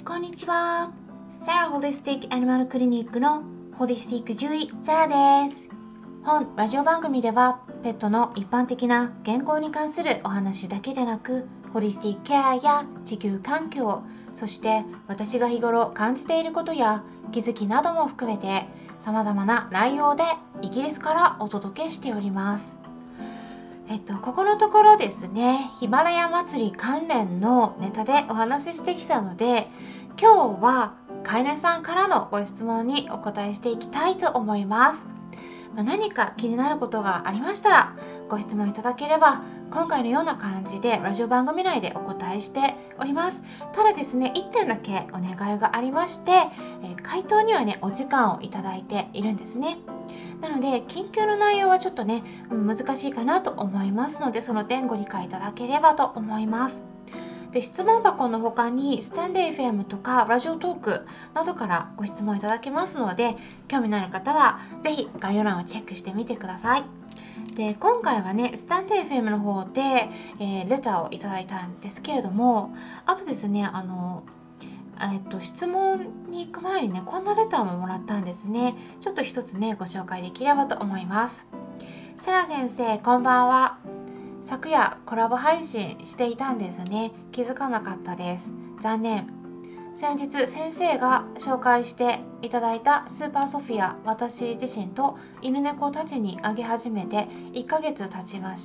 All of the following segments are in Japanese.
こんにちは。サラホリスティックアニマルクリニックのホリスティック獣医サラです。本ラジオ番組ではペットの一般的な健康に関するお話だけでなく、ホリスティックケアや地球環境、そして私が日頃感じていることや気づきなども含めて様々な内容でイギリスからお届けしております。ここのところですね、ヒマラヤ祭り関連のネタでお話ししてきたので、今日は飼い主さんからのご質問にお答えしていきたいと思います。何か気になることがありましたらご質問いただければ、今回のような感じでラジオ番組内でお答えしております。ただですね、1点だけお願いがありまして、回答にはねお時間をいただいているんですね。なので緊急の内容はちょっとね難しいかなと思いますので、その点ご理解いただければと思います。で、質問箱の他にスタンド FM とかラジオトークなどからご質問いただけますので、興味のある方はぜひ概要欄をチェックしてみてください。で、今回はねスタンド FM の方で、レターをいただいたんですけれども、あとですね質問に行く前にねこんなレターももらったんですね。ちょっと一つねご紹介できればと思います。セラ先生、こんばんは。昨夜コラボ配信していたんですね。気づかなかったです。残念。先日先生が紹介していただいたスーパーソフィア、私自身と犬猫たちにあげ始めて1ヶ月経ちました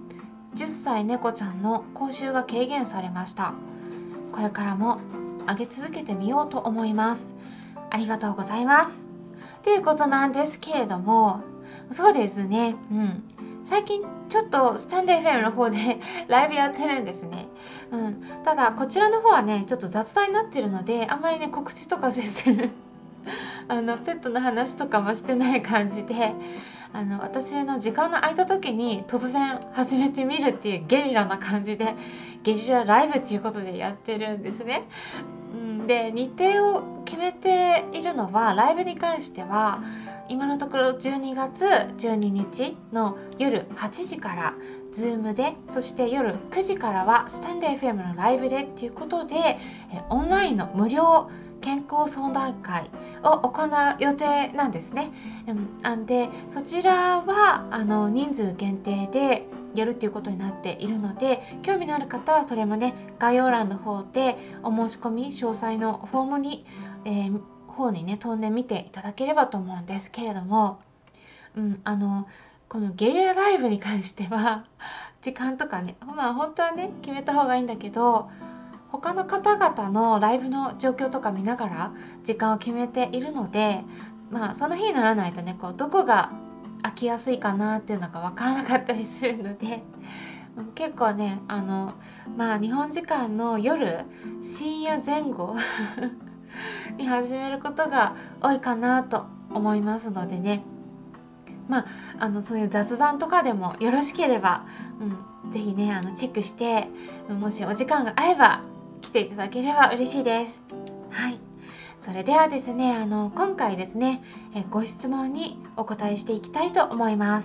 。10歳猫ちゃんの口臭が軽減されました。これからもあげ続けてみようと思います。ありがとうございます。ということなんですけれども、そうですね、最近ちょっとスタンド FM の方でライブやってるんですね。ただこちらの方はねちょっと雑談になってるので、あんまりね告知とかせずペットの話とかもしてない感じで、私の時間の空いた時に突然始めてみるっていうゲリラな感じで、ゲリラライブっていうことでやってるんですね。で、日程を決めているのは、ライブに関しては今のところ12月12日の夜8時からZoom で、そして夜9時からはスタンド FM のライブでっていうことで、オンラインの無料健康相談会を行う予定なんですね。で、そちらは人数限定でやるっていうことになっているので、興味のある方はそれもね概要欄の方でお申し込み詳細のフォームに、方にね飛んでみていただければと思うんですけれども、このゲリラライブに関しては時間とかね本当はね決めた方がいいんだけど、他の方々のライブの状況とか見ながら時間を決めているので、その日にならないとねどこが空きやすいかなっていうのが分からなかったりするので、結構ね日本時間の夜深夜前後に始めることが多いかなと思いますのでね、そういう雑談とかでもよろしければ、ぜひねチェックして、もしお時間が合えば来ていただければ嬉しいです。はい、それではですね今回ですねご質問にお答えしていきたいと思います。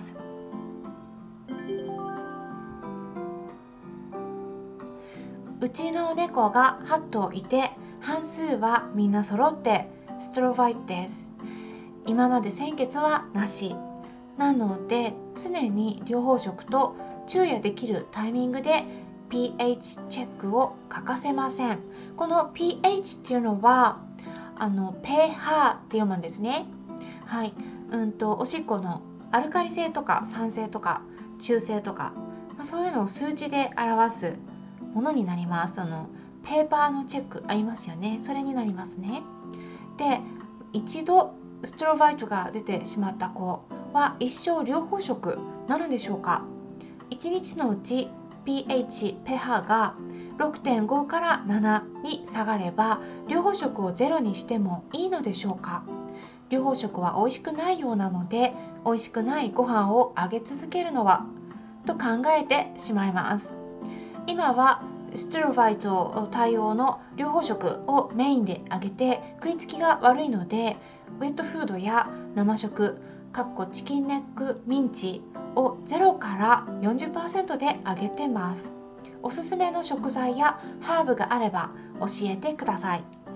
うちの猫が8頭いて、半数はみんな揃ってストロバイトです。今まで鮮血はなしなので、常に療法食と昼夜できるタイミングで pH チェックを欠かせません。この pH っていうのはpH って読むんですね。はい、おしっこのアルカリ性とか酸性とか中性とか、そういうのを数値で表すものになります。ペーパーのチェックありますよね。それになりますね。で、一度ストロバイトが出てしまった子は一生療法食なるんでしょうか。1日のうち pH が 6.5 から7に下がれば療法食をゼロにしてもいいのでしょうか。療法食は美味しくないようなので、美味しくないご飯をあげ続けるのはと考えてしまいます。今はステロバイト対応の療法食をメインであげて食いつきが悪いので、ウェットフードや生食チキンネックミンチを0から 40% であげてます。おすすめの食材やハーブがあれば教えてください。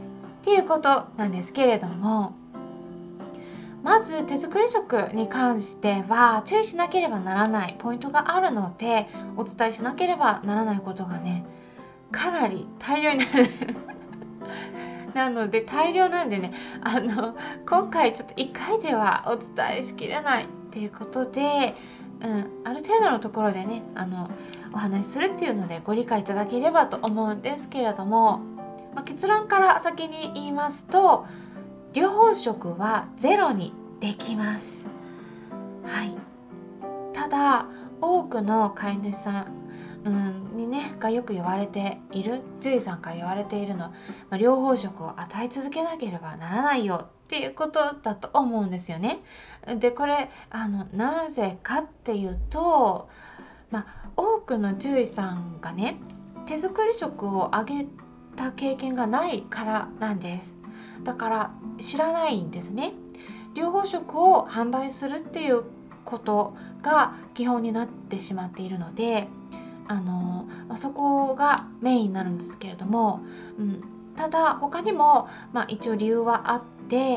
っていうことなんですけれども、まず手作り食に関しては注意しなければならないポイントがあるので、お伝えしなければならないことがね、かなり大量になるなので大量なんでね、今回ちょっと1回ではお伝えしきれないっていうことで、ある程度のところでねお話しするっていうのでご理解いただければと思うんですけれども、結論から先に言いますと、療法食はゼロにできます。はい。ただ多くの飼い主さんにねがよく言われている、獣医さんから言われているの、療法食を与え続けなければならないよっていうことだと思うんですよね。でこれなぜかっていうと、多くの獣医さんがね手作り食をあげた経験がないからなんです。だから知らないんですね。療法食を販売するっていうことが基本になってしまっているので、そこがメインになるんですけれども、ただ他にも、一応理由はあって、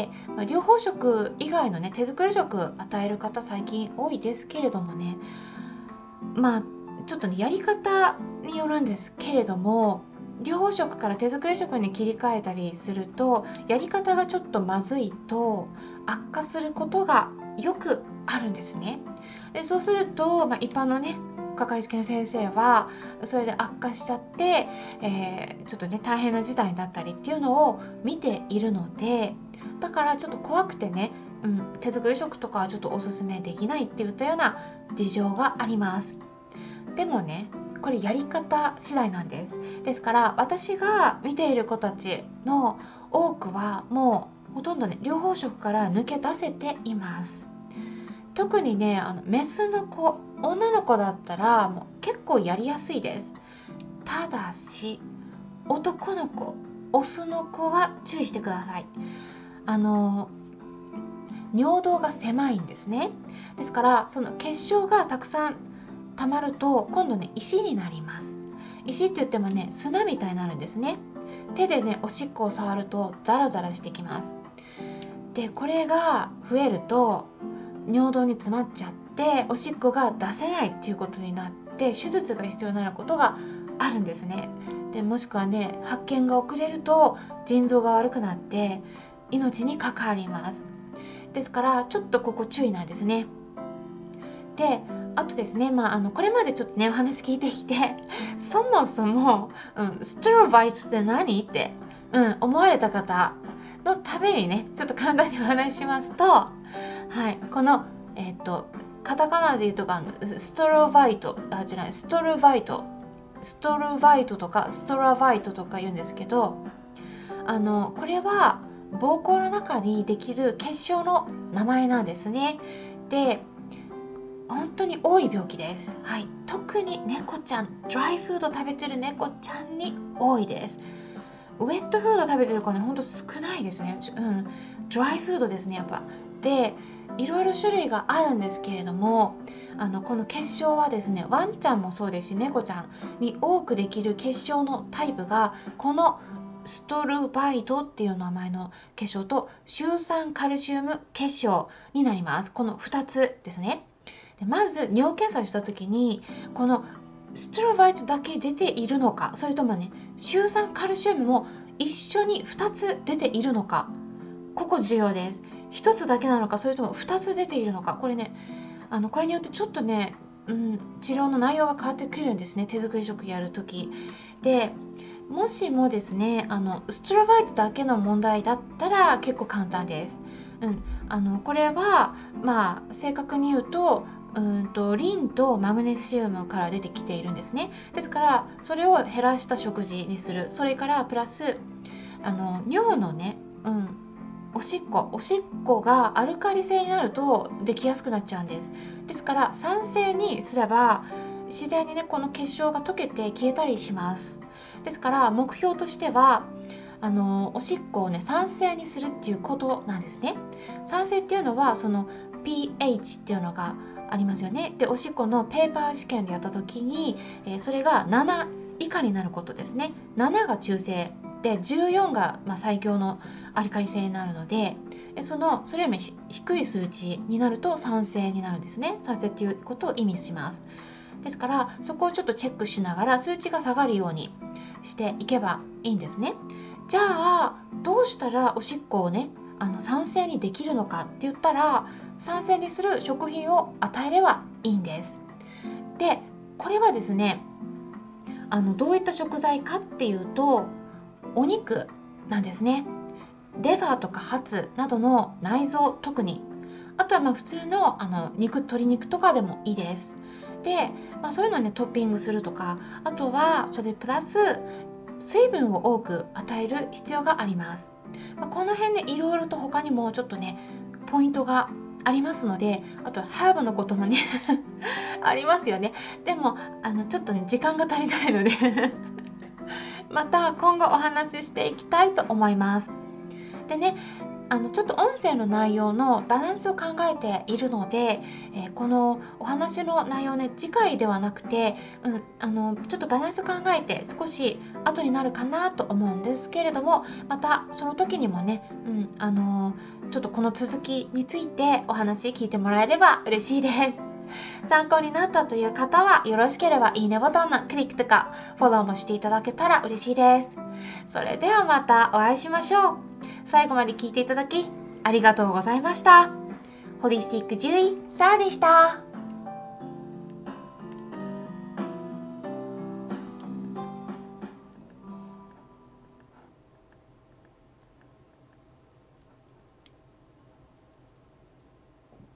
療法食以外のね手作り食与える方最近多いですけれどもね、ちょっとねやり方によるんですけれども、療法食から手作り食に切り替えたりするとやり方がちょっとまずいと悪化することがよくあるんですね。でそうすると、一般のねかかりつけの先生はそれで悪化しちゃって、ちょっとね大変な事態になったりっていうのを見ているので、だからちょっと怖くてね、手作り食とかはちょっとおすすめできないっていったような事情があります。でもねこれやり方次第なんです。ですから私が見ている子たちの多くはもうほとんどね療法食から抜け出せています。特にねメスの子、女の子だったらもう結構やりやすいです。ただし男の子、オスの子は注意してください。尿道が狭いんですね。ですからその結晶がたくさん溜まると今度ね石になります。石って言ってもね砂みたいになるんですね。手でねおしっこを触るとザラザラしてきます。でこれが増えると尿道に詰まっちゃっておしっこが出せないっていうことになって手術が必要になることがあるんですね。でもしくはね発見が遅れると腎臓が悪くなって命に関わります。ですからちょっとここ注意なんですね。であとですね、これまでちょっとねお話聞いてきてそもそも、ステロバイトって何って、思われた方のためにねちょっと簡単にお話ししますと、はい、このカタカナで言うとかストルバイトとかストルバイトとか言うんですけど、これは膀胱の中にできる結晶の名前なんですね。で本当に多い病気です。はい、特に猫ちゃん、ドライフード食べてる猫ちゃんに多いです。ウェットフード食べてる子ね、ほんと少ないですね。ドライフードですね、やっぱ。で、いろいろ種類があるんですけれども、この結晶はですね、ワンちゃんもそうですし、猫ちゃんに多くできる結晶のタイプが、このストルバイトっていう名前の結晶と、シュウ酸カルシウム結晶になります。この2つですね。でまず尿検査した時にこのステロバイトだけ出ているのか、それともねシュウ酸カルシウムも一緒に2つ出ているのか、ここ重要です。1つだけなのか、それとも2つ出ているのか、これねこれによってちょっとね、治療の内容が変わってくるんですね、手作り食やる時で。もしもですねステロバイトだけの問題だったら結構簡単です。これは正確に言うとリンとマグネシウムから出てきているんですね。ですからそれを減らした食事にする。それからプラス尿のね、おしっこがアルカリ性になるとできやすくなっちゃうんです。ですから酸性にすれば自然にねこの結晶が溶けて消えたりします。ですから目標としてはおしっこをね酸性にするっていうことなんですね。酸性っていうのはその pH っていうのがありますよね。でおしっこのペーパー試験でやった時に、それが7以下になることですね。7が中性って14が最強のアルカリ性になるので、それよりも低い数値になると酸性になるんですね。酸性っていうことを意味します。ですからそこをちょっとチェックしながら数値が下がるようにしていけばいいんですね。じゃあどうしたらおしっこをね酸性にできるのかって言ったら、酸性にする食品を与えればいいんです。でこれはですねどういった食材かっていうと、お肉なんですね。レバーとかハツなどの内臓、特にあとは普通の鶏肉とかでもいいです。で、そういうのをねトッピングするとか、あとはそれプラス水分を多く与える必要があります。この辺でいろいろと他にもちょっとねポイントがありますので、あとハーブのこともねありますよね。でもちょっとね時間が足りないのでまた今後お話ししていきたいと思います。でね、ちょっと音声の内容のバランスを考えているので、このお話の内容ね次回ではなくて、ちょっとバランス考えて少し後になるかなと思うんですけれども、またその時にもね、ちょっとこの続きについてお話聞いてもらえれば嬉しいです。参考になったという方はよろしければいいねボタンのクリックとかフォローもしていただけたら嬉しいです。それではまたお会いしましょう。最後まで聞いていただきありがとうございました。ホリスティック獣医サラでした。